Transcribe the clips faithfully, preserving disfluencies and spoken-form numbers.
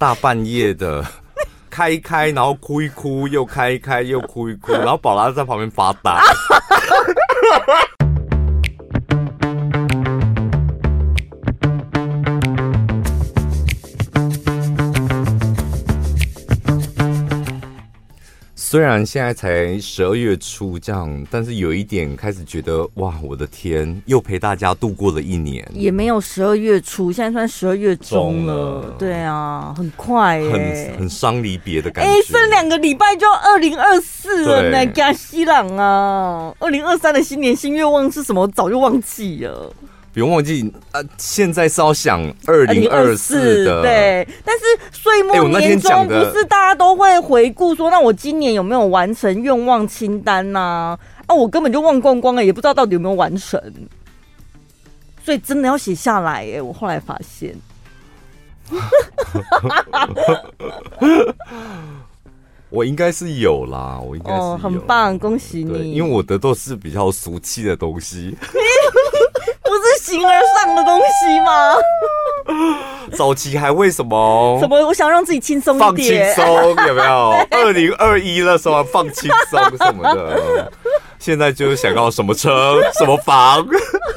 大半夜的开一开，然后哭一哭，又开一开，又哭一哭，然后宝拉在旁边发呆。虽然现在才十二月初这样，但是有一点开始觉得，哇，我的天，又陪大家度过了一年。也没有十二月初，现在算十二月中了。了对啊，很快耶、欸， 很很伤离别的感觉。 哎、欸，剩两个礼拜就要二零二四了呢，加西朗啊！二零二三的新年新愿望是什么？我早就忘记了。 不用忘记啊！现在是要想二零二四的， 对。但是岁末年终不是大家都会回顾说，那我今年有没有完成愿望清单呐、啊？啊，我根本就忘光光了，也不知道到底有没有完成。所以真的要写下来耶！我后来发现， 我应该是有啦，我应该是有、哦、 很棒，恭喜你！ 因为我的都是比较俗气的东西。 不是形而上的东西吗？ 早期还会什么？ 什么？我想让自己轻松一点， 放轻松有没有？二零二一的时候放轻松什么的，现在就是想要什么车、什么房。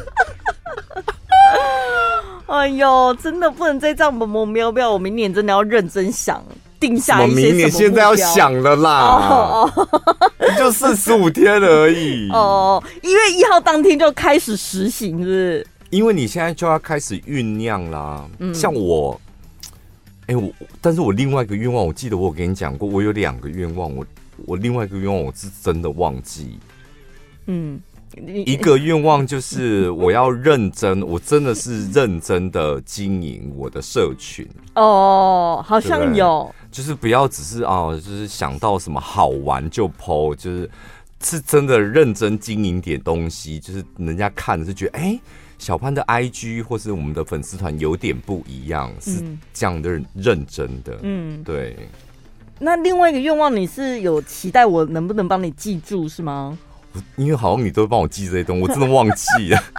哎呦，真的不能再这样模模喵喵，我明年真的要认真想。定下一些什么目标？ 明年现在要想了啦，哦哦、就四十五天而已。 哦，一月一号当天就开始实行，是不是？ 因为你现在就要开始酝酿啦。嗯、像我，哎、欸，我，但是我另外一个愿望，我记得我有跟你讲过，我有两个愿望，我我另外一个愿望我是真的忘记。嗯。一个愿望就是我要认真，我真的是认真的经营我的社群。 哦，好像有， 就是不要只是啊，就是想到什么好玩就 po， 就是是真的认真经营点东西，就是人家看是觉得，哎、欸，小潘的 I G 或是我们的粉丝团有点不一样，是这样的认真的。嗯，对。 那另外一个愿望，你是有期待我能不能帮你记住是吗？ 因为好像你都会帮我记这些东西，我真的忘记了。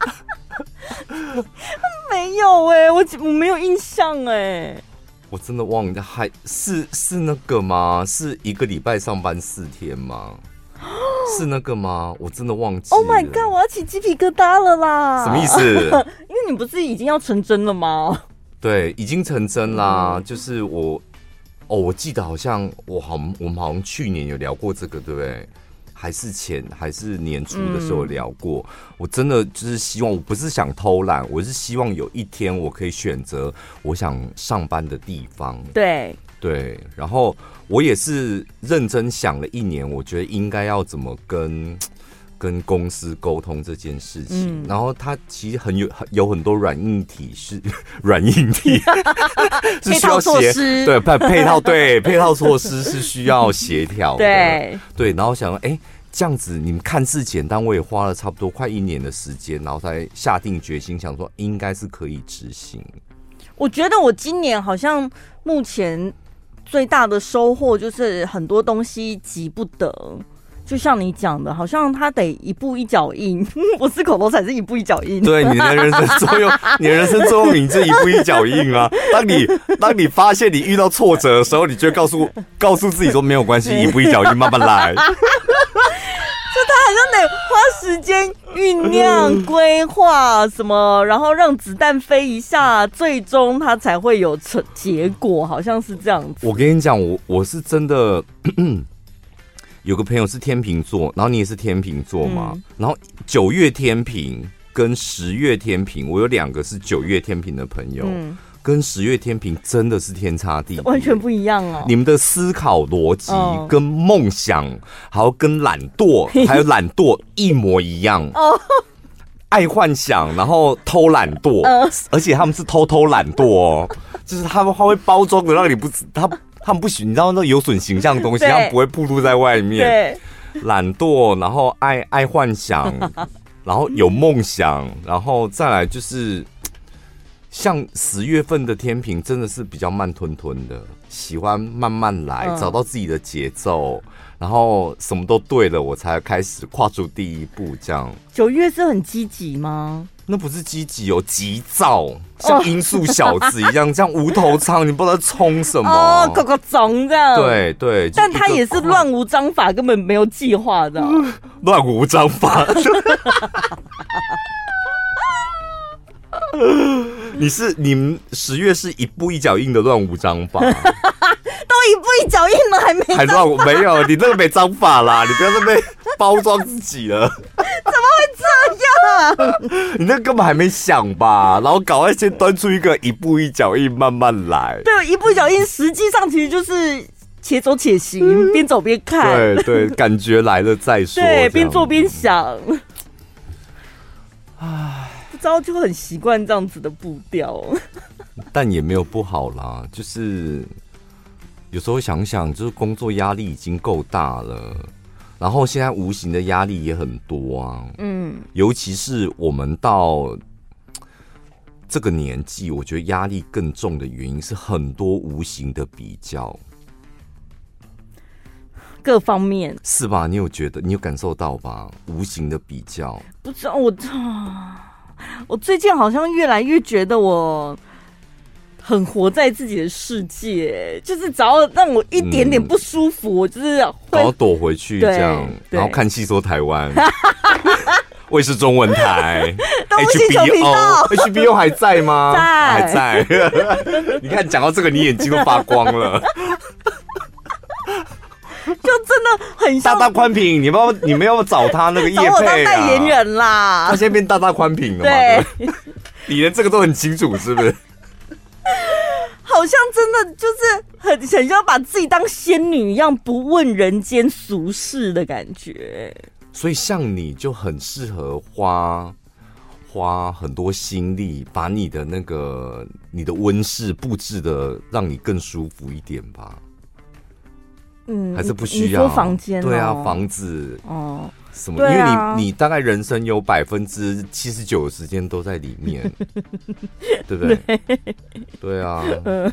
没有哎、欸，我我没有印象哎、欸， 我真的忘了，还是是那个吗？是一个礼拜上班四天吗？是那个吗？我真的忘记了。 Oh my god！ 我要起鸡皮疙瘩了啦！ 什么意思？ 因为你不是已经要成真了吗？ 对，已经成真啦。嗯、就是我哦，我记得好像我好，我们好像去年有聊过这个，对不对？还是前还是年初的时候聊过、嗯，我真的就是希望，我不是想偷懒，我是希望有一天我可以选择我想上班的地方。 对对，然后我也是认真想了一年，我觉得应该要怎么跟跟公司沟通这件事情。嗯、然后它其实很有有很多软硬体是软硬体是需要协对配配套对配套措施是需要协调的。 对对，然后想说，哎、欸，这样子你们看似简单，我也花了差不多快一年的时间，然后才下定决心，想说应该是可以执行。 我觉得我今年好像目前最大的收获就是很多东西急不得。就像你讲的，好像他得一步一脚印，不是口头禅，是一步一脚印。 对，你的人生座右，你的人生座右铭就一步一脚印啊。当你当你发现你遇到挫折的时候，你就会告诉告诉自己说没有关系，一步一脚印，慢慢来。就他好像得花时间酝酿、规划什么，然后让子弹飞一下，最终他才会有成结果，好像是这样子。 我跟你讲，我我是真的。咳咳有个朋友是天秤座，然后你也是天秤座嘛、嗯，然后九月天秤跟十月天秤，我有两个是九月天秤的朋友，嗯、跟十月天秤真的是天差地别， 完全不一样哦。 你们的思考逻辑、跟梦想，还有跟懒惰，还有懒惰一模一样。哦，爱幻想，然后偷懒惰，呃、而且他们是偷偷懒惰哦，就是他们他会包装的让你不他。他们不许，你知道那有损形象的东西，他们不会暴露在外面。懒惰，然后爱爱幻想，然后有梦想，然后再来就是像十月份的天秤真的是比较慢吞吞的，喜欢慢慢来，嗯、找到自己的节奏，然后什么都对了，我才开始跨出第一步。这样， 九月是很积极吗？ 那不是积极哦，急躁，像音速小子一样，像无头苍，你不知道在冲什么哦，狗狗总这样。 对对， 但他也是乱无章法，根本没有计划的。 乱无章法。你是你们十月是一步一脚印的乱无章法，都一步一脚印了，还没还乱没有？你那个没章法啦，你不要在那边包装自己了。 怎么会这样？你那个根本还没想吧？然后赶快先端出一个一步一脚印，慢慢来。 对，一步一脚印，实际上其实就是且走且行，边走边看。 对对，感觉来了再说。 对，边做边想。唉。不知道就很习惯这样子的步调， 但也没有不好啦。就是有时候想想，就是工作压力已经够大了，然后现在无形的压力也很多啊。嗯，尤其是我们到这个年纪，我觉得压力更重的原因是很多无形的比较， 各方面是吧？你有觉得，你有感受到吧？无形的比较， 不知道我。我最近好像越来越觉得我很活在自己的世界，就是只要让我一点点不舒服，嗯、我就是然后躲回去这样，然后看戏说台湾，卫视中文台 ，H B O，H B O 还在吗？ 在， 还在。你看讲到这个，你眼睛都发光了。 就真的很像大大宽屏，你们要你们要找他那个业配啊，找我当代言人啦。 他现在变大大宽屏了嘛？对，对你连这个都很清楚，是不是？ 好像真的就是很很像把自己当仙女一样，不问人间俗事的感觉。 所以像你就很适合花花很多心力，把你的那个你的温室布置的让你更舒服一点吧。嗯，还是不需要。 你说房间、哦？ 对啊，房子哦，什么？啊、因为你你大概人生有百分之七十九的时间都在里面，对不对？对, 对啊。嗯、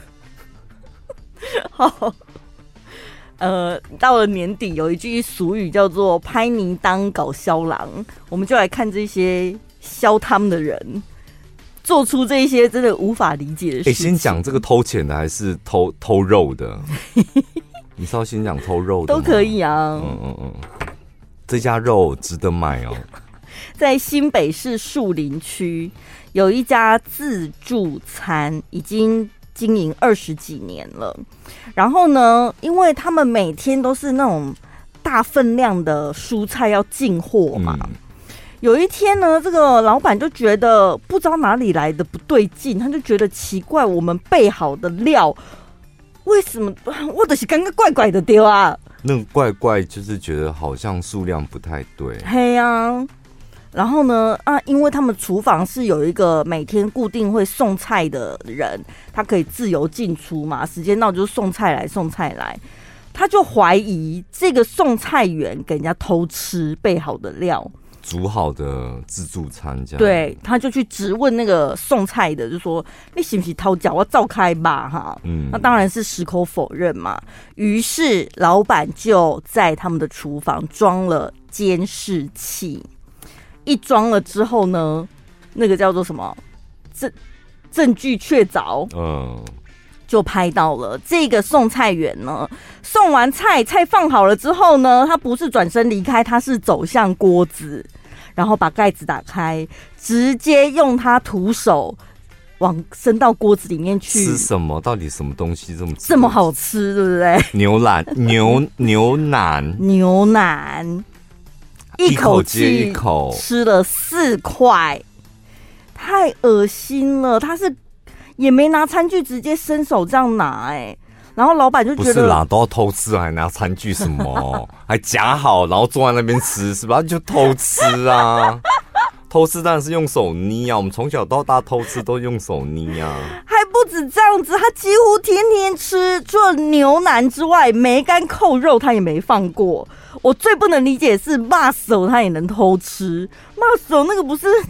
好，呃，到了年底有一句俗语叫做"拍泥当搞肖郎"，我们就来看这些肖他们的人做出这些真的无法理解的事情。哎、欸， 先讲这个偷钱的还是偷偷肉的？你是要先讲偷肉的都可以啊。 嗯嗯嗯，这家肉值得买哦。 在新北市树林区有一家自助餐，已经经营二十几年了。然后呢，因为他们每天都是那种大分量的蔬菜要进货嘛。嗯、有一天呢，这个老板就觉得不知道哪里来的不对劲，他就觉得奇怪，我们备好的料。为什么我就是刚刚怪怪的丢啊？ 那个怪怪就是觉得好像数量不太对。 嘿呀、啊，然后呢啊，因为他们厨房是有一个每天固定会送菜的人，他可以自由进出嘛，时间到就送菜来送菜来。他就怀疑这个送菜员给人家偷吃备好的料。 煮好的自助餐这样， 对，他就去质问那个送菜的，就说你是不是偷脚？我照开吧，哈，嗯，那当然是矢口否认嘛。于是老板就在他们的厨房装了监视器，一装了之后呢，那个叫做什么证证据确凿，嗯。就拍到了这个送菜员呢，送完菜，菜放好了之后呢，他不是转身离开，他是走向锅子，然后把盖子打开，直接用他徒手往伸到锅子里面去。 吃什么？到底什么东西这么这么好吃，对不对？ 牛腩、牛牛腩、 牛腩，一口接一口吃了四块，太恶心了。他是。也没拿餐具，直接伸手这样拿、欸，哎，然后老板就觉得不是啦，都要偷吃，还拿餐具什么？还夹好，然后坐在那边吃，是吧？就偷吃啊！偷吃当然是用手捏啊！我们从小到大偷吃都用手捏啊！ 还不止这样子，他几乎天天吃，除了牛腩之外，梅干扣肉他也没放过。我最不能理解的是，肉手他也能偷吃，肉手那个不是？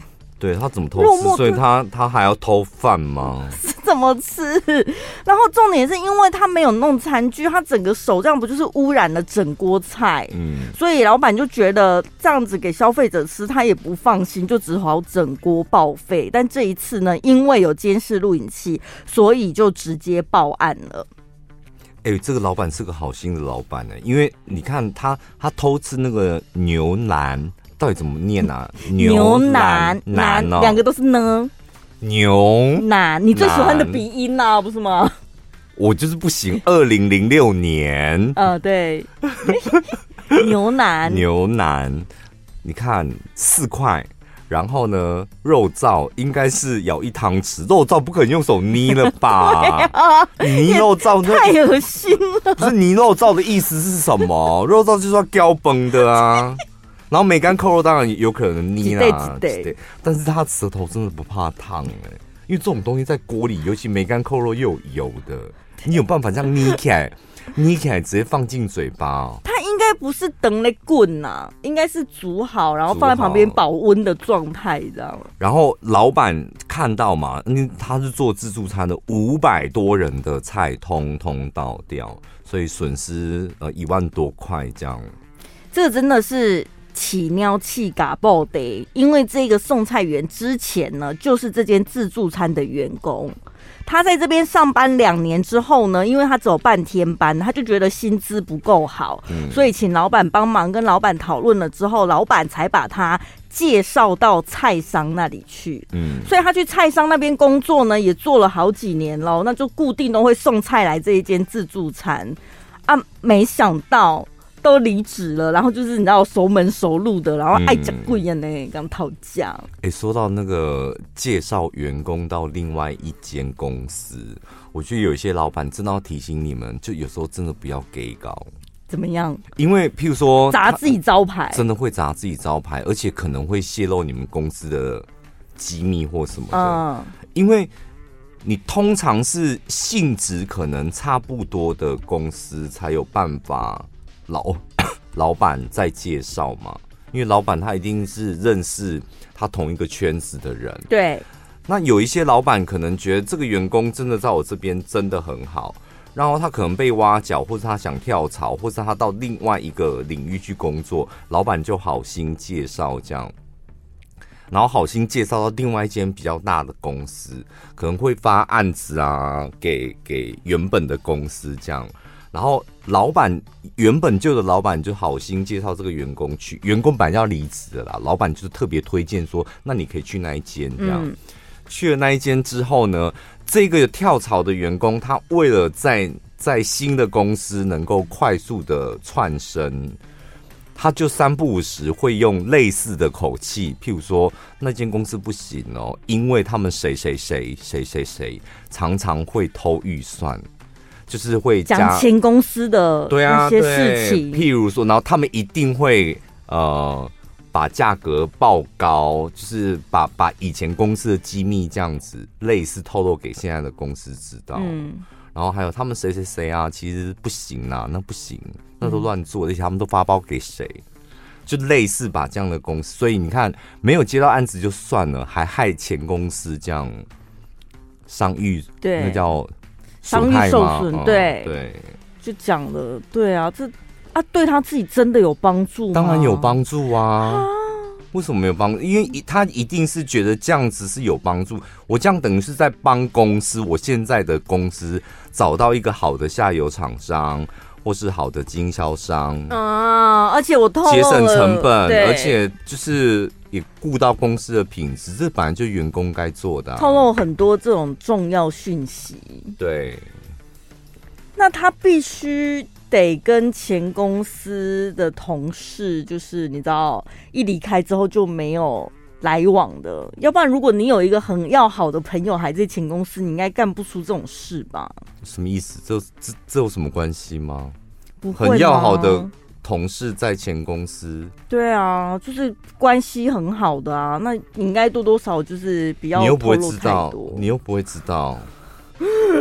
对，他怎么偷吃？所以他他还要偷饭吗？ 是怎么吃？然后重点是因为他没有弄餐具，他整个手这样不就是污染了整锅菜？嗯，所以老板就觉得这样子给消费者吃，他也不放心，就只好整锅报废。但这一次呢，因为有监视录影器，所以就直接报案了。 哎、欸，这个老板是个好心的老板呢，因为你看他他偷吃那个牛腩，到底怎么念啊？ 牛腩腩哦，两个都是呢。 牛腩，你最喜欢的鼻音啊，不是吗？ 我就是不行。二零零六年， 呃，对，牛腩牛腩，你看四块。然后呢，肉燥应该是舀一汤匙，肉燥不可能用手捏了吧？啊、泥肉燥太恶心了。 不是泥肉燥的意思是什么？肉燥就是要浇崩的啊。然后梅干扣肉当然有可能捏啦，但是他舌头真的不怕烫哎、欸，因为这种东西在锅里，尤其梅干扣肉又有油的，你有办法这样捏起来，捏起来直接放进嘴巴、哦。 应该不是等来滚呐，应该是煮好，然后放在旁边保温的状态，知道吗？ 然后老板看到嘛，因为他是做自助餐的，五百多人的菜通通倒掉，所以损失呃一万多块这样。 这个真的是起尿气嘎爆的，因为这个送菜员之前呢，就是这间自助餐的员工。他在这边上班两年之后呢，因为他只有半天班，他就觉得薪资不够好、嗯，所以请老板帮忙，跟老板讨论了之后，老板才把他介绍到菜商那里去。嗯，所以他去菜商那边工作呢，也做了好几年咯，那就固定都会送菜来这一间自助餐啊，没想到。都离职了，然后就是你知道熟门熟路的，然后爱讲贵呀呢，刚讨价。 哎、欸，说到那个介绍员工到另外一间公司，我觉得有一些老板真的要提醒你们，就有时候真的不要给高。 怎么样？ 因为譬如说砸自己招牌， 真的会砸自己招牌，而且可能会泄露你们公司的机密或什么的。嗯，因为你通常是性质可能差不多的公司才有办法。老老板在介绍嘛，因为老板他一定是认识他同一个圈子的人。 对， 那有一些老板可能觉得这个员工真的在我这边真的很好，然后他可能被挖角，或者他想跳槽，或者他到另外一个领域去工作，老板就好心介绍这样，然后好心介绍到另外一间比较大的公司，可能会发案子啊给给原本的公司这样。然后老板原本就的老板就好心介绍这个员工去，员工本来要离职的啦，老板就是特别推荐说，那你可以去那一间这样、嗯。去了那一间之后呢，这个跳槽的员工他为了在在新的公司能够快速的窜升，他就三不五时会用类似的口气，譬如说那间公司不行哦，因为他们谁谁谁谁谁谁常常会偷预算。就是会讲前公司的那些事情， 譬如说，然后他们一定会呃把价格报高，就是把把以前公司的机密这样子类似透露给现在的公司知道。嗯，然后还有他们谁谁谁啊，其实不行啊，那不行，那都乱做，而且他们都发包给谁，就类似把这样的公司，所以你看没有接到案子就算了，还害前公司这样商誉， 对， 那叫。 商誉受损，对、 哦、对， 就讲了，对啊，这啊对他自己真的有帮助吗？ 当然有帮助啊！啊为什么没有帮助？因为他一定是觉得这样子是有帮助。我这样等于是在帮公司，我现在的公司找到一个好的下游厂商，或是好的经销商啊，而且我透露了节省成本，而且就是也顾到公司的品质，这本来就员工该做的、啊。 透露很多这种重要讯息， 对。 那他必须得跟前公司的同事，就是你知道，一离开之后就没有来往的，要不然如果你有一个很要好的朋友还在前公司，你应该干不出这种事吧？ 什么意思？这这这有什么关系吗？ 不会吗？ 很要好的同事在前公司， 对啊，就是关系很好的啊，那你应该多多少就是比较你又不会知道，你又不会知道。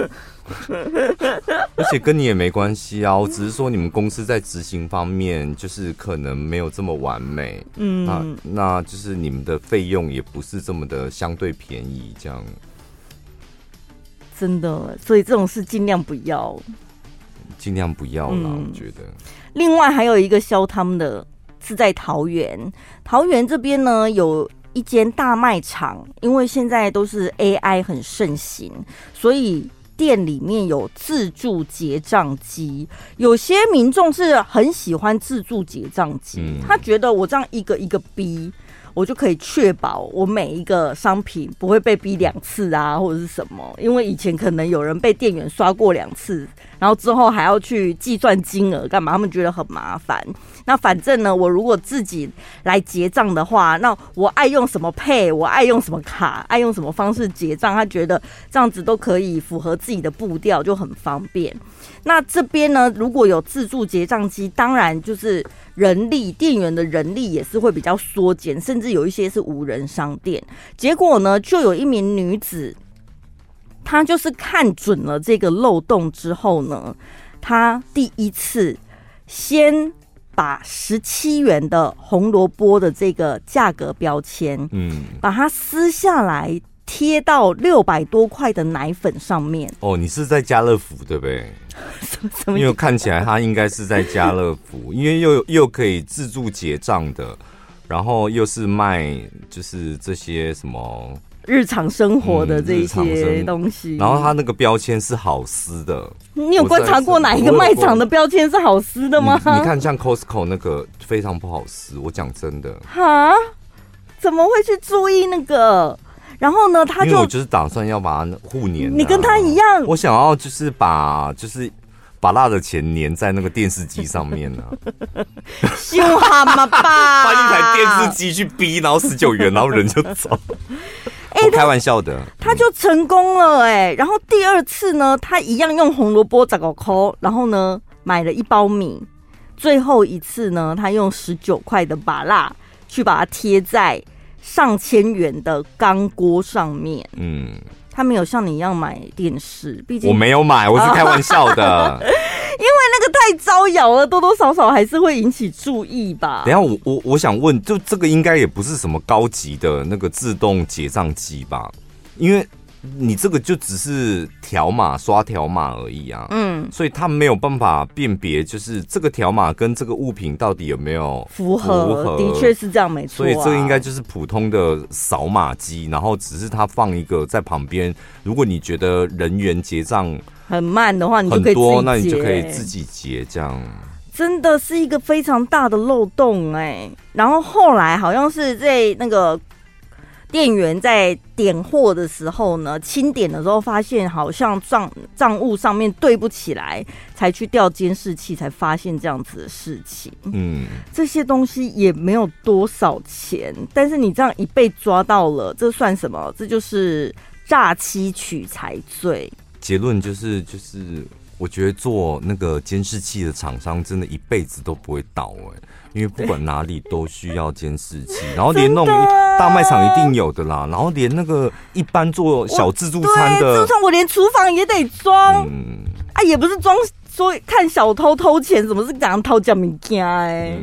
而且跟你也没关系啊，我只是说你们公司在执行方面就是可能没有这么完美，嗯，那那就是你们的费用也不是这么的相对便宜，这样。 真的，所以这种事尽量不要， 尽量不要啦，嗯、我觉得。 另外还有一个消汤的是在桃园，桃园这边呢有一间大卖场，因为现在都是 A I 很盛行，所以店里面有自助结账机。有些民众是很喜欢自助结账机，嗯、他觉得我这样一个一个逼，我就可以确保我每一个商品不会被逼两次啊，或者是什么。因为以前可能有人被店员刷过两次，然后之后还要去计算金额干嘛，他们觉得很麻烦。那反正呢，我如果自己来结账的话，那我爱用什么 Pay， 我爱用什么卡，爱用什么方式结账，他觉得这样子都可以符合自己的步调，就很方便。那这边呢，如果有自助结账机，当然就是人力店员的人力也是会比较缩减，甚至有一些是无人商店。结果呢，就有一名女子，她就是看准了这个漏洞之后呢，她第一次先把十七元的红萝卜的这个价格标签，嗯，把它撕下来贴到六百多块的奶粉上面。 哦，你是在家乐福对不对？什么？因为看起来它应该是在家乐福，因为又又可以自助结账的，然后又是卖就是这些什么日常生活的这些东西， 嗯、然后它那个标签是好撕的。 你有观察过哪一个卖场的标签是好撕的吗？ 你, 你看像 Costco 那个非常不好撕，我讲真的。 哈？怎么会去注意那个？然后呢，他就因为我就是打算要把它互粘、啊。 你跟他一样， 我想要就是把就是把辣的钱粘在那个电视机上面呢、 啊。凶悍嘛吧！ 把一台电视机去逼，然后十九元，然后人就走。哎、欸，开玩笑的， 他就成功了哎、欸。然后第二次呢，他一样用红萝卜十九块，然后呢买了一包米。最后一次呢，他用十九块的把辣去把它贴在上千元的钢锅上面。嗯，他没有像你一样买电视，毕竟我没有买，我是开玩笑的。 因为那个太招摇了，多多少少还是会引起注意吧。 等一下我我我想问，就这个应该也不是什么高级的那个自动结账机吧？因为你这个就只是条码刷条码而已啊，嗯，所以他没有办法辨别，就是这个条码跟这个物品到底有没有符合。符合的确是这样，没错、啊。 所以这个应该就是普通的扫码机，然后只是它放一个在旁边。如果你觉得人员结账很慢的话，你就可以自己结， 很多，那你就可以自己结，这样真的是一个非常大的漏洞哎、欸。然后后来好像是在那个店员在点货的时候呢，清点的时候发现好像账账务上面对不起来，才去调监视器，才发现这样子的事情。嗯，这些东西也没有多少钱，但是你这样一被抓到了，这算什么？这就是诈欺取财罪。 结论就是，就是我觉得做那个监视器的厂商，真的一辈子都不会倒哎、欸，因为不管哪里都需要监视器，然后连那种大卖场一定有的啦，然后连那个一般做小自助餐的， 自助餐我连厨房也得装，嗯、啊，也不是装说看小偷偷钱，怎么是这样偷奖物件哎。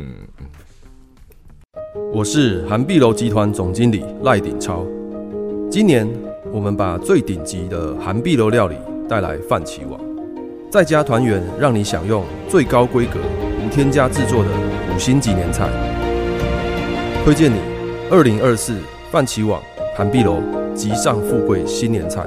我是韩碧楼集团总经理赖鼎超，今年我们把最顶级的韩碧楼料理带来范奇网，在家团圆，让你享用最高规格、无添加制作的五星级年菜。推荐你二零二四范奇网韩碧楼极上富贵新年菜。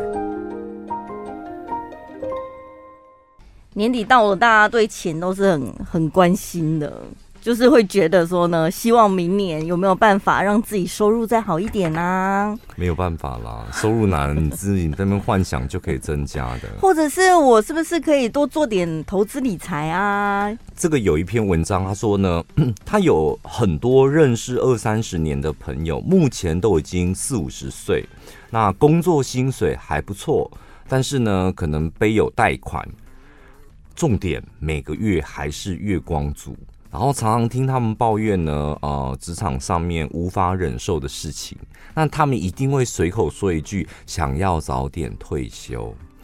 年底到了，大家对钱都是很很关心的，就是会觉得说呢，希望明年有没有办法让自己收入再好一点啊？ 没有办法啦，收入哪你自己在那边幻想就可以增加的， 或者是我是不是可以多做点投资理财啊？ 这个有一篇文章，他说呢，他有很多认识二三十年的朋友，目前都已经四五十岁，那工作薪水还不错，但是呢，可能背有贷款，重点每个月还是月光族。然后常常听他们抱怨呢，呃，职场上面无法忍受的事情，那他们一定会随口说一句想要早点退休。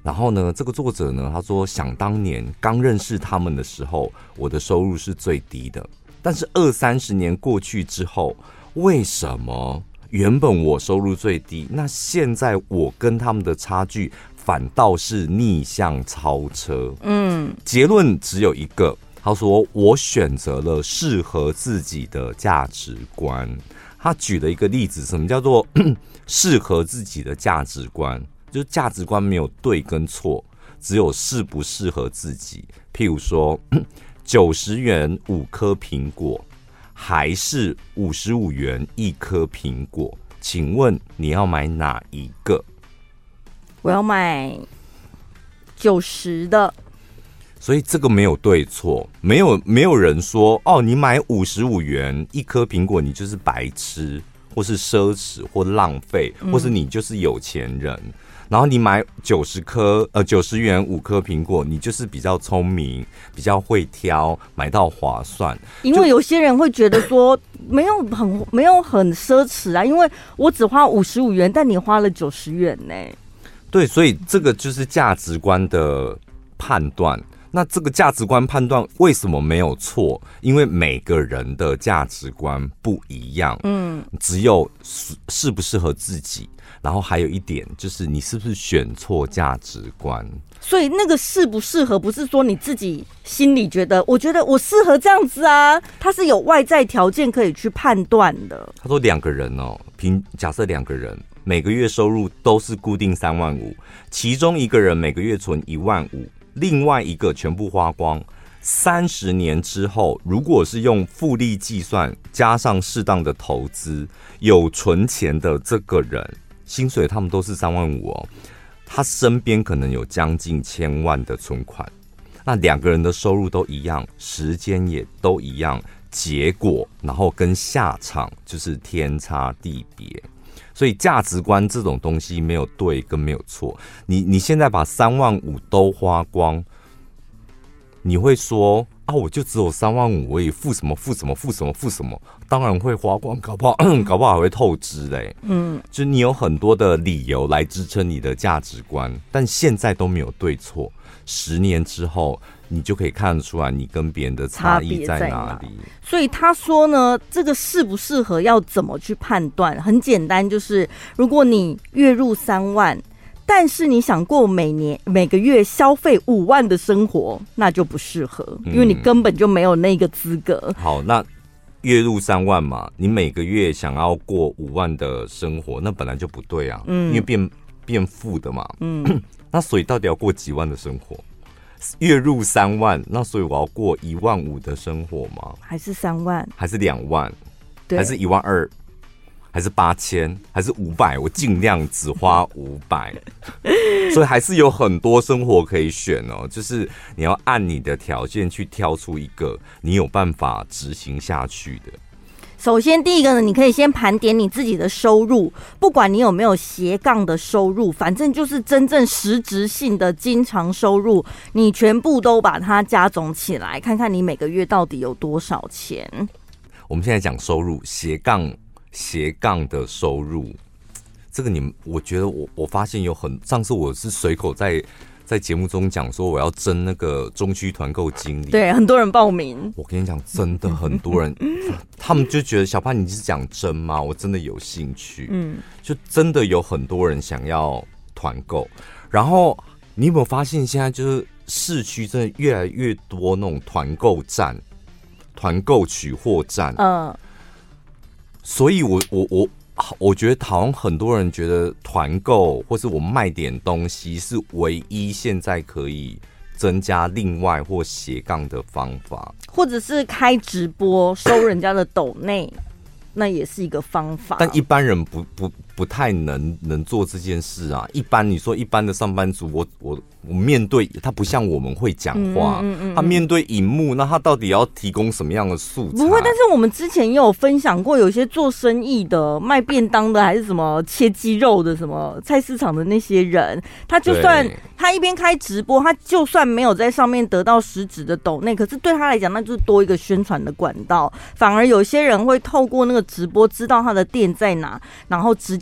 然后呢，这个作者呢，他说，想当年刚认识他们的时候，我的收入是最低的。但是二三十年过去之后，为什么原本我收入最低，那现在我跟他们的差距反倒是逆向超车？嗯，结论只有一个，他说我选择了适合自己的价值观。他举了一个例子，什么叫做适合自己的价值观？就是价值观没有对跟错，只有适不适合自己。譬如说，九十元五颗苹果，还是五十五元一颗苹果？请问你要买哪一个？ 我要买九十的。 所以这个没有对错，没有没有人说哦，你买五十五元一颗苹果，你就是白痴，或是奢侈，或浪费，或是你就是有钱人。嗯，然后你买九十颗呃九十元五颗苹果，你就是比较聪明，比较会挑，买到划算。 因为有些人会觉得说没有很没有很奢侈啊，因为我只花五十五元，但你花了九十元呢。 对，所以这个就是价值观的判断。那这个价值观判断为什么没有错？因为每个人的价值观不一样，嗯，只有适不适合自己。然后还有一点就是你是不是选错价值观？ 所以那个适不适合，不是说你自己心里觉得，我觉得我适合这样子啊，它是有外在条件可以去判断的。 他说两个人哦，凭假设两个人每个月收入都是固定三万五，其中一个人每个月存一万五。另外一个全部花光，三十年之后，如果是用复利计算，加上适当的投资，有存钱的这个人，薪水他们都是三万五哦，他身边可能有将近千万的存款。那两个人的收入都一样，时间也都一样，结果然后跟下场就是天差地别。所以价值观这种东西没有对跟没有错，你你现在把三万五都花光，你会说啊，我就只有三万五，我也付什么付什么付什么付什么，当然会花光，搞不好搞不好还会透支嘞。嗯，就你有很多的理由来支撑你的价值观，但现在都没有对错。十年之后，你就可以看得出来你跟别人的差异在哪里。 所以他说呢，这个适不适合要怎么去判断？很简单，就是如果你月入三万，但是你想过每年每个月消费五万的生活，那就不适合，因为你根本就没有那个资格。 嗯、好，那月入三万嘛，你每个月想要过五万的生活，那本来就不对啊，嗯、因为变变负的嘛。嗯，那所以到底要过几万的生活？月入三万，那所以我要过一万五的生活吗？ 还是三万？ 还是两万？还是一万二？还是八千？还是五百？我尽量只花五百，所以还是有很多生活可以选哦。就是你要按你的条件去挑出一个你有办法执行下去的。 首先，第一个呢，你可以先盘点你自己的收入，不管你有没有斜杠的收入，反正就是真正实质性的经常收入，你全部都把它加总起来，看看你每个月到底有多少钱。 我们现在讲收入，斜杠斜杠的收入，这个你们，我觉得我我发现有很，上次我是随口在。在节目中讲说我要争那个中区团购经理， 对，很多人报名。 我跟你讲，真的很多人，他们就觉得小潘你是讲真吗？我真的有兴趣，嗯，就真的有很多人想要团购。然后你有没有发现，现在就是市区真的越来越多那种团购站、团购取货站，嗯，所以我我我。我觉得好像很多人觉得团购或是我卖点东西是唯一现在可以增加另外或斜杠的方法， 或者是开直播收人家的抖内，那也是一个方法。 但一般人不不不太能能做这件事啊。一般你说一般的上班族，我我我面对他不像我们会讲话，嗯嗯嗯嗯，他面对荧幕，那他到底要提供什么样的素材？ 不会，但是我们之前也有分享过，有些做生意的、卖便当的，还是什么切鸡肉的、什么菜市场的那些人，他就算他一边开直播，他就算没有在上面得到实质的抖内，可是对他来讲，那就是多一个宣传的管道。反而有些人会透过那个直播知道他的店在哪，然后直接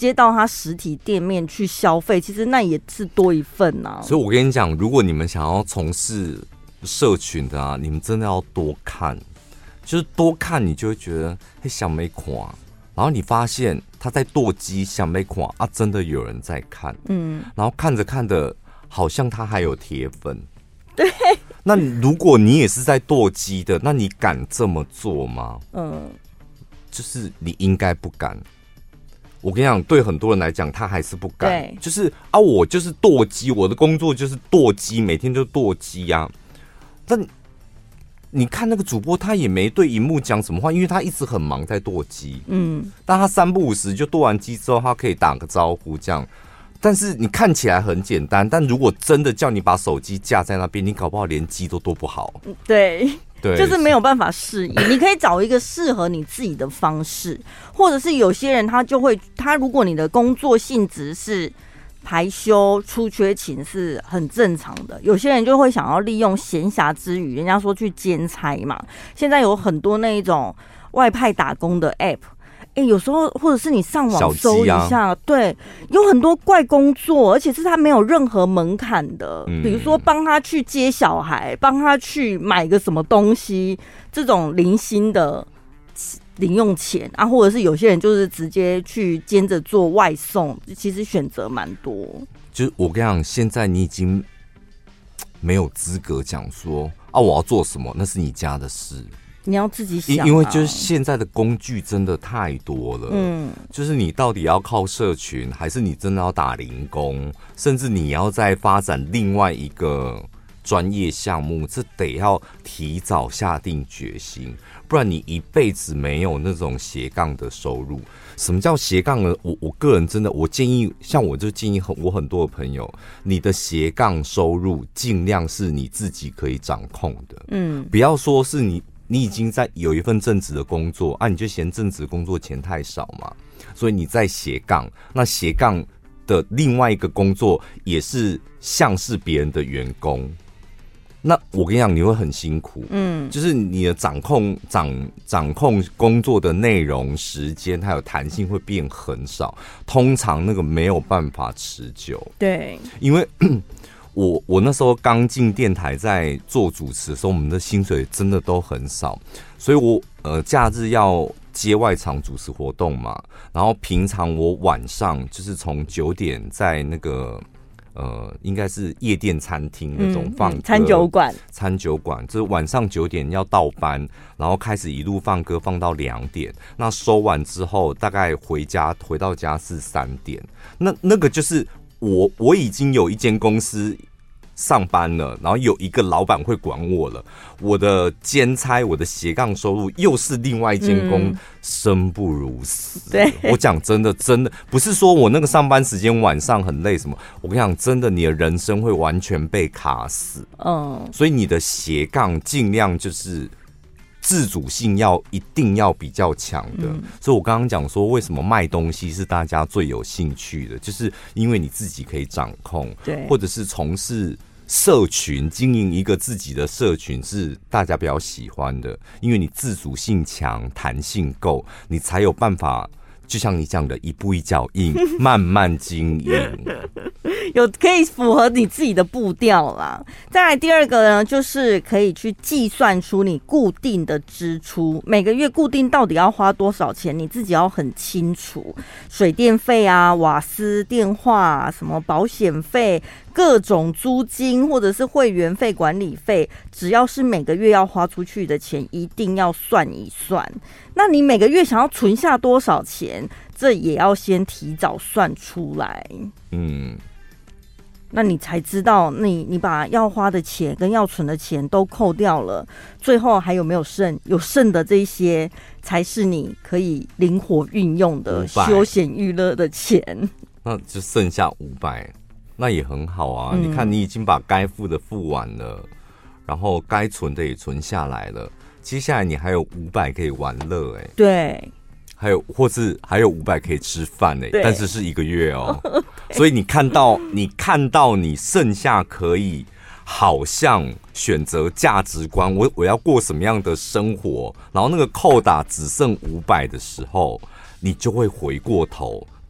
接到他实体店面去消费，其实那也是多一份啊。 所以我跟你讲，如果你们想要从事社群的啊，你们真的要多看，就是多看，你就会觉得嘿想没垮，然后你发现他在剁鸡想没垮啊，真的有人在看，嗯，然后看着看着，好像他还有铁粉， 对。 那如果你也是在剁鸡的，那你敢这么做吗？嗯，就是你应该不敢。我跟你讲，对很多人来讲，他还是不敢。就是啊，我就是剁鸡，我的工作就是剁鸡，每天就剁鸡啊。但你看那个主播，他也没对荧幕讲什么话，因为他一直很忙在剁鸡。嗯，但他三不五时就剁完鸡之后，他可以打个招呼这样。但是你看起来很简单，但如果真的叫你把手机架在那边，你搞不好连机都剁不好。 对，对，就是没有办法适应。你可以找一个适合你自己的方式，或者是有些人他就会，他如果你的工作性质是排休、出缺勤是很正常的，有些人就会想要利用闲暇之余，人家说去兼差嘛。现在有很多那一种外派打工的 app。哎、欸，有时候或者是你上网搜一下，啊、对，有很多怪工作，而且是他没有任何门槛的，嗯、比如说帮他去接小孩，帮他去买个什么东西，这种零星的零用钱啊，或者是有些人就是直接去兼着做外送，其实选择蛮多。 就是我跟你讲，现在你已经没有资格讲说啊，我要做什么，那是你家的事。 你要自己想、啊， 因为就是现在的工具真的太多了，嗯，就是你到底要靠社群，还是你真的要打零工，甚至你要再发展另外一个专业项目，这得要提早下定决心，不然你一辈子没有那种斜杠的收入。什么叫斜杠呢？我我个人真的，我建议，像我就建议很我很多的朋友，你的斜杠收入尽量是你自己可以掌控的，嗯，不要说是你。你已经在有一份正职的工作啊，你就嫌正职工作钱太少嘛，所以你在斜杠，那斜杠的另外一个工作也是像是别人的员工，那我跟你讲，你会很辛苦，嗯，就是你的掌控掌掌控工作的内容、时间还有弹性会变很少，通常那个没有办法持久， 对， 因为。我我那时候刚进电台，在做主持的时候，我们的薪水真的都很少，所以我呃假日要接外场主持活动嘛，然后平常我晚上就是从九点在那个呃应该是夜店餐厅那种放歌、嗯嗯、 餐酒馆， 餐酒馆就是晚上九点要到班，然后开始一路放歌放到两点，那收完之后大概回家回到家是三点，那那个就是。我我已经有一间公司上班了，然后有一个老板会管我了。我的兼差，我的斜杠收入又是另外一间工，嗯、生不如死。 对， 我讲真的，真的不是说我那个上班时间晚上很累什么。我跟你讲，真的，你的人生会完全被卡死。嗯，所以你的斜杠尽量就是。自主性要一定要比较强的，嗯、所以我刚刚讲说，为什么卖东西是大家最有兴趣的，就是因为你自己可以掌控， 对， 或者是从事社群经营一个自己的社群是大家比较喜欢的，因为你自主性强，弹性够，你才有办法。就像你讲的，一步一脚印，慢慢经营， 有可以符合你自己的步调啦。再来第二个呢，就是可以去计算出你固定的支出，每个月固定到底要花多少钱，你自己要很清楚。水电费啊、瓦斯、电话、啊、什么保险费、各种租金或者是会员费、管理费，只要是每个月要花出去的钱，一定要算一算。那你每个月想要存下多少钱，这也要先提早算出来。嗯，那你才知道你你把要花的钱跟要存的钱都扣掉了，最后还有没有剩？有剩的这些才是你可以灵活运用的休闲娱乐的钱。 那就剩下五百，那也很好啊。嗯、你看，你已经把该付的付完了，然后该存的也存下来了。接下来你还有五百可以玩乐，哎， 对， 还有或是还有五百可以吃饭，哎，但是是一个月哦，所以你看到你看到你剩下可以好像选择价值观，我我要过什么样的生活，然后那个扣打只剩五百的时候，你就会回过头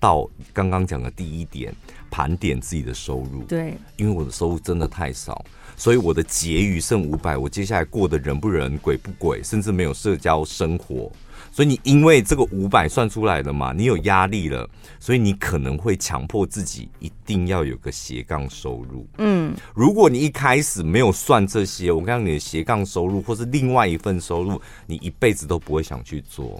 到刚刚讲的第一点，盘点自己的收入。 对， 因为我的收入真的太少，所以我的结余剩五百，我接下来过得人不人鬼不鬼，甚至没有社交生活。所以你因为这个五百算出来了嘛，你有压力了，所以你可能会强迫自己一定要有个斜杠收入。嗯，如果你一开始没有算这些，我看你的斜杠收入或是另外一份收入，你一辈子都不会想去做。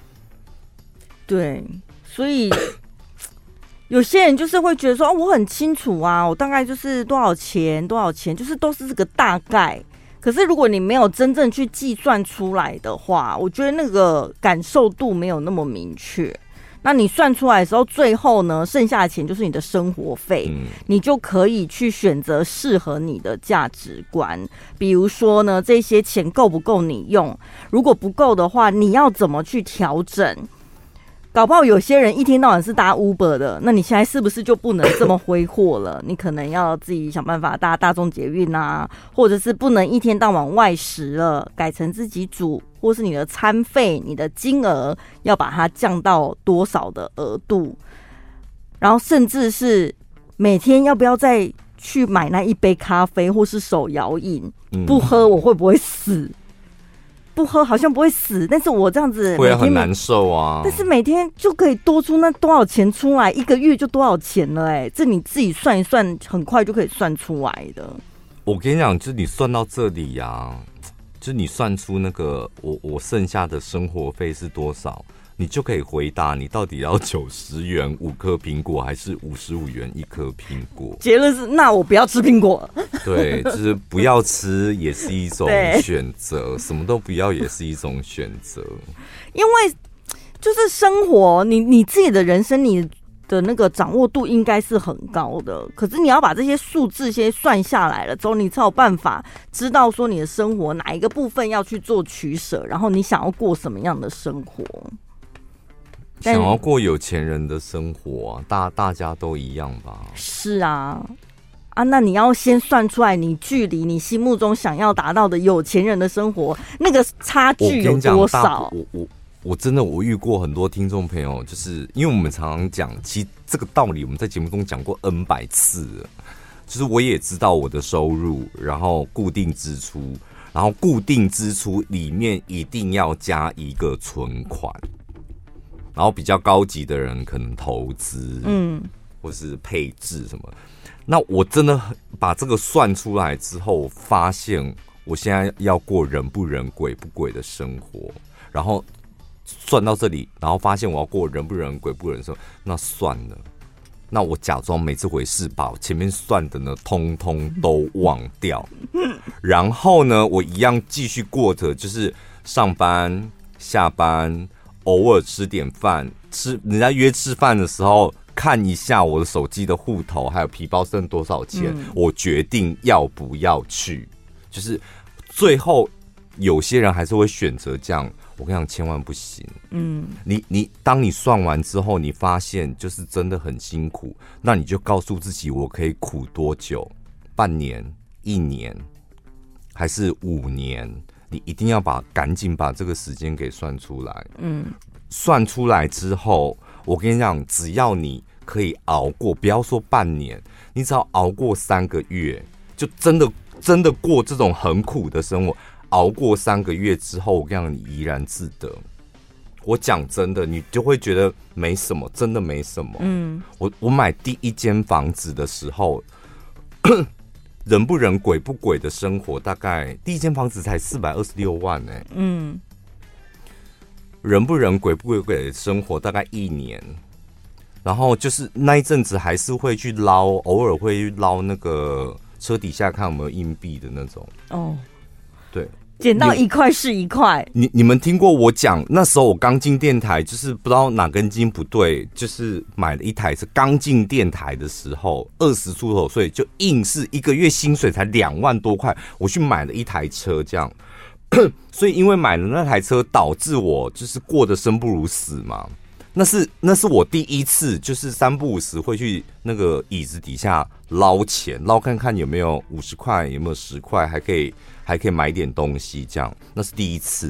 对，所以有些人就是会觉得说，哦，我很清楚啊，我大概就是多少钱多少钱，就是都是这个大概。可是如果你没有真正去计算出来的话，我觉得那个感受度没有那么明确。那你算出来的时候，最后呢，剩下的钱就是你的生活费，嗯、你就可以去选择适合你的价值观。比如说呢，这些钱够不够你用？如果不够的话，你要怎么去调整？搞不好有些人一天到晚是搭 Uber 的，那你现在是不是就不能这么挥霍了？你可能要自己想办法搭大众捷运啊，或者是不能一天到晚外食了，改成自己煮，或是你的餐费、你的金额要把它降到多少的额度，然后甚至是每天要不要再去买那一杯咖啡或是手摇饮，不喝我会不会死？不喝好像不会死，但是我这样子会很难受啊。 但是每天就可以多出那多少钱出来，一个月就多少钱了哎、欸，这你自己算一算，很快就可以算出来的。 我跟你讲，就是你算到这里呀、啊，就是你算出那个我我剩下的生活费是多少，你就可以回答你到底要九十元五颗苹果，还是五十五元一颗苹果？ 结论是，那我不要吃苹果。 对，就是不要吃也是一种选择，什么都不要也是一种选择。 因为就是生活，你你自己的人生，你的那个掌握度应该是很高的。可是你要把这些数字先算下来了之后，你才有办法知道说你的生活哪一个部分要去做取舍，然后你想要过什么样的生活。 想要过有钱人的生活、啊，大大家都一样吧？ 是啊。啊，那你要先算出来，你距离你心目中想要达到的有钱人的生活，那个差距有多少？ 我我我真的我遇过很多听众朋友，就是因为我们常常讲，其实这个道理我们在节目中讲过 N 百次了。就是我也知道我的收入，然后固定支出，然后固定支出里面一定要加一个存款，然后比较高级的人可能投资，嗯，或是配置什么。那我真的把这个算出来之后，我发现我现在要过人不人鬼不鬼的生活，然后算到这里，然后发现我要过人不人鬼不鬼的生活，那算了，那我假装没这回事，把前面算的呢通通都忘掉，然后呢我一样继续过着就是上班下班，偶尔吃点饭，吃人家约吃饭的时候看一下我的手机的户头还有皮包剩多少钱、嗯、我决定要不要去。就是最后有些人还是会选择这样，我跟你讲千万不行。嗯，你你当你算完之后你发现就是真的很辛苦，那你就告诉自己我可以苦多久，半年一年还是五年，你一定要把赶紧把这个时间给算出来。嗯，算出来之后我跟你讲，只要你可以熬过，不要说半年，你只要熬过三个月，就真的真的过这种很苦的生活，熬过三个月之后，我跟你讲，你怡然自得。我讲真的，你就会觉得没什么，真的没什么。嗯，我我买第一间房子的时候，人不人鬼不鬼的生活，大概第一间房子才四百二十六万哎、欸。嗯。人不人鬼不鬼的生活大概一年，然后就是那一阵子还是会去捞，偶尔会去捞那个车底下看有没有硬币的那种。哦，对， 捡到一块是一块。 你你们听过我讲那时候我刚进电台，就是不知道哪根筋不对，就是买了一台车，刚进电台的时候，二十出头岁就硬是一个月薪水才两万多块，我去买了一台车这样。所以因为买了那台车，导致我就是过得生不如死嘛。那是那是我第一次，就是三不五时会去那个椅子底下捞钱，捞看看有没有五十块，有没有十块，还可以还可以买点东西这样。那是第一次。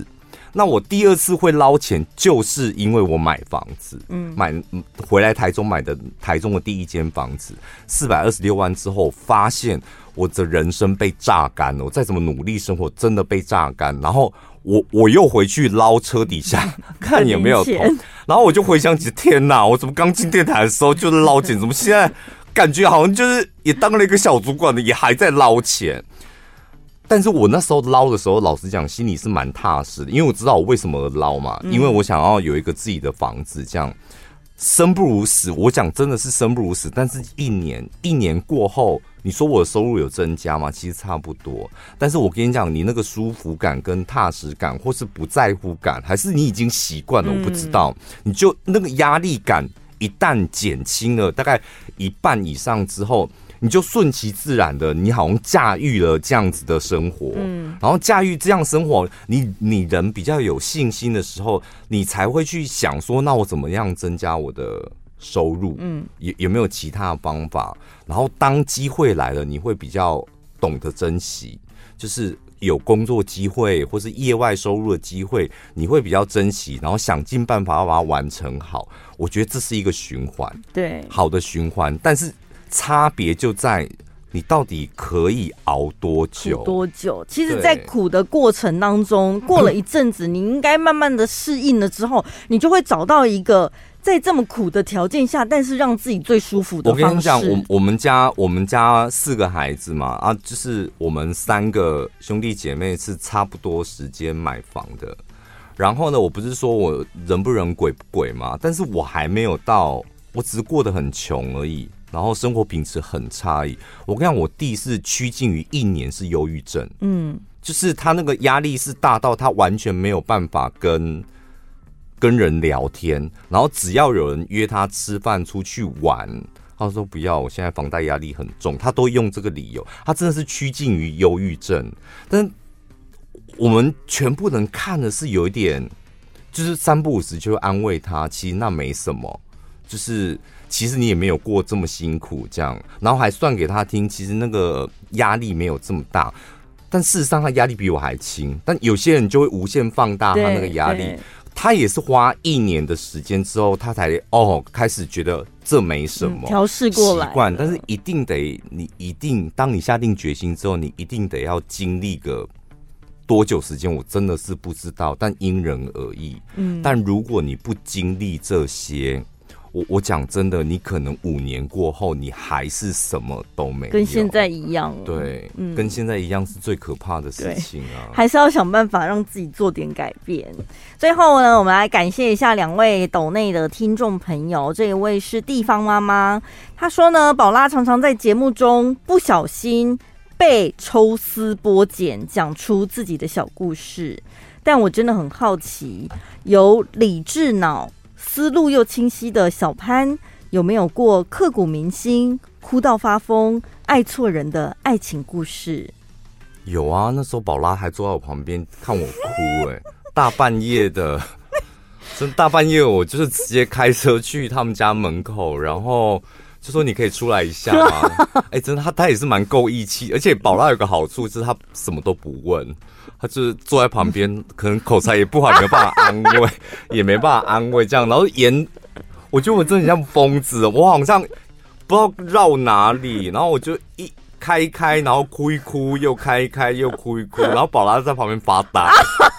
那我第二次会捞钱，就是因为我买房子，嗯，买回来台中买的台中的第一间房子，四百二十六万之后，发现我的人生被榨干了，我再怎么努力生活，真的被榨干。然后我我又回去捞车底下看有没有头，然后我就回想起，天哪，我怎么刚进电台的时候就是捞钱，怎么现在感觉好像就是也当了一个小主管的，也还在捞钱。但是我那时候捞的时候，老实讲，心里是蛮踏实的，因为我知道我为什么而捞嘛，因为我想要有一个自己的房子，这样生不如死。我讲真的是生不如死，但是一年一年过后，你说我的收入有增加吗？其实差不多。但是我跟你讲，你那个舒服感跟踏实感，或是不在乎感，还是你已经习惯了，我不知道，你就那个压力感一旦减轻了大概一半以上之后，你就顺其自然的，你好像驾驭了这样子的生活，嗯，然后驾驭这样生活，你你人比较有信心的时候，你才会去想说，那我怎么样增加我的收入？嗯，有有没有其他的方法？然后当机会来了，你会比较懂得珍惜，就是有工作机会或是业外收入的机会，你会比较珍惜，然后想尽办法要把它完成好。我觉得这是一个循环， 对， 好的循环，但是。差别就在你到底可以熬多久？ 多久？其实，在苦的过程当中，过了一阵子，你应该慢慢的适应了之后，你就会找到一个在这么苦的条件下，但是让自己最舒服的方式。我跟你讲， 我我们家我们家四个孩子嘛，啊，就是我们三个兄弟姐妹是差不多时间买房的。然后呢，我不是说我人不人鬼不鬼嘛，但是我还没有到，我只是过得很穷而已。然后生活品质很差而已。我跟你讲，我弟是趋近于一年是忧郁症，嗯，就是他那个压力是大到他完全没有办法跟跟人聊天，然后只要有人约他吃饭出去玩，他说不要，我现在房贷压力很重，他都用这个理由，他真的是趋近于忧郁症。但是我们全部人看的是有一点，就是三不五时就会安慰他，其实那没什么，就是其实你也没有过这么辛苦这样，然后还算给他听，其实那个压力没有这么大，但事实上他压力比我还轻，但有些人就会无限放大他那个压力，他也是花一年的时间之后，他才哦开始觉得这没什么， 调试过来习惯，但是一定得你一定当你下定决心之后，你一定得要经历个多久时间，我真的是不知道，但因人而异。嗯，但如果你不经历这些，我我讲真的，你可能五年过后，你还是什么都没有， 跟现在一样。 对，嗯，跟现在一样是最可怕的事情啊！ 还是要想办法让自己做点改变。最后呢，我们来感谢一下两位斗内的听众朋友。这一位是地方妈妈，她说呢，宝拉常常在节目中不小心被抽丝剥茧，讲出自己的小故事，但我真的很好奇，有理智脑、思路又清晰的小潘，有没有过刻骨铭心、哭到发疯、爱错人的爱情故事？ 有啊，那时候宝拉还坐在我旁边看我哭、欸，哎，大半夜的，真大半夜，我就是直接开车去他们家门口，然后就说你可以出来一下吗？哎、欸，真的，他他也是蛮够义气，而且宝拉有个好处就是他什么都不问，他就是坐在旁边，可能口才也不好，没有办法安慰，也没办法安慰这样，然后演，我觉得我真的很像疯子，我好像不知道绕哪里，然后我就一开一开，然后哭一哭，又开一开，又哭一哭，然后宝拉在旁边发呆。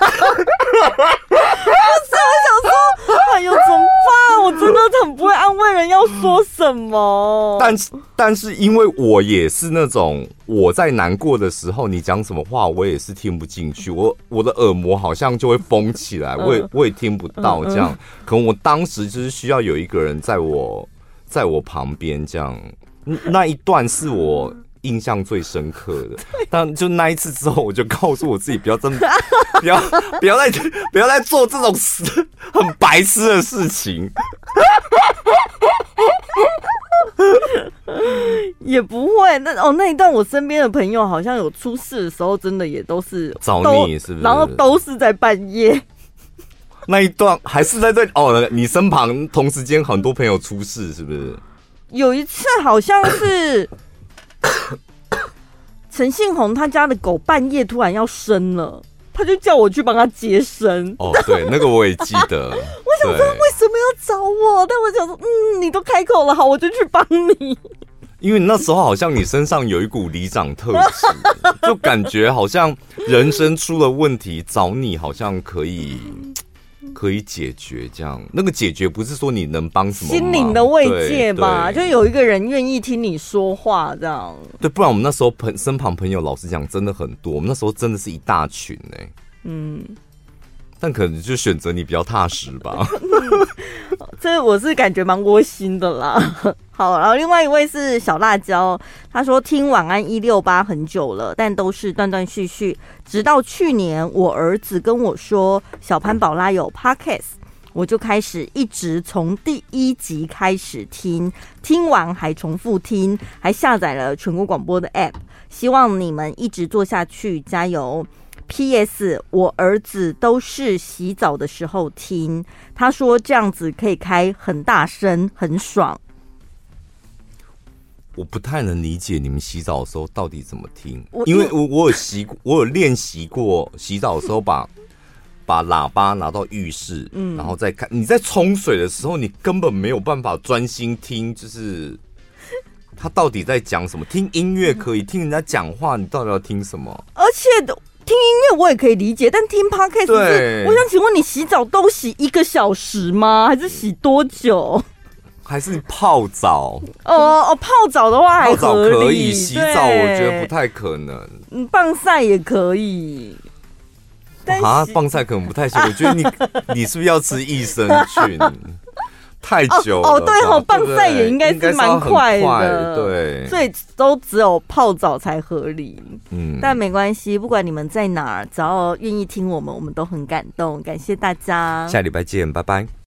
哎呦，怎么办？我真的很不会安慰人，要说什么？ 但是，但是因为我也是那种我在难过的时候，你讲什么话，我也是听不进去，我我的耳膜好像就会封起来，我也我也听不到这样。可能我当时就是需要有一个人在我在我旁边这样，那一段是我印象最深刻的，但就那一次之后，我就告诉我自己不要这么，不要不要再不要再做这种很白痴的事情。 也不会，那哦那一段我身边的朋友好像有出事的时候，真的也都是找你，是不是？ 然后都是在半夜。 那一段还是在这哦，你身旁同时间很多朋友出事，是不是？ 有一次好像是。陈信宏他家的狗半夜突然要生了，他他就叫我去帮他接生。 哦，对，那个我也记得。 我想说为什么要找我？但我想说，嗯，你都开口了，好，我就去帮你。 因为那时候好像你身上有一股里长特质，就感觉好像人生出了问题找你，好像可以可以解决这样。那个解决不是说你能帮什么忙， 心灵的慰藉吧，就有一个人愿意听你说话这样。 对，不然我们那时候朋身旁朋友，老实讲真的很多，我们那时候真的是一大群哎、欸。嗯。但可能就选择你比较踏实吧。 这我是感觉蛮窝心的啦。好，然后另外一位是小辣椒，他说听晚安一六八很久了，但都是断断续续，直到去年我儿子跟我说小潘宝拉有 podcast， 我就开始一直从第一集开始听，听完还重复听，还下载了全国广播的 app， 希望你们一直做下去，加油。P S 我儿子都是洗澡的时候听，他说这样子可以开很大声，很爽。 我不太能理解你们洗澡的时候到底怎么听，因为我我有习我有练习过洗澡的时候把把喇叭拿到浴室，嗯，然后再看。你在冲水的时候，你根本没有办法专心听，就是他到底在讲什么。听音乐可以，听人家讲话，你到底要听什么？ 而且听音乐我也可以理解，但听 podcast 是，我想请问你洗澡都洗一个小时吗？还是洗多久？ 还是泡澡？ 哦哦，泡澡的话还合理， 泡澡可以，洗澡我觉得不太可能。 嗯，棒晒也可以。 啊，棒晒可能不太行。我觉得你你是不是要吃益生菌？太久了哦， 哦对哦，棒晒也应该是蛮快的， 对， 所以都只有泡澡才合理。嗯，但没关系，不管你们在哪儿，只要愿意听我们，我们都很感动。感谢大家， 下礼拜见，拜拜。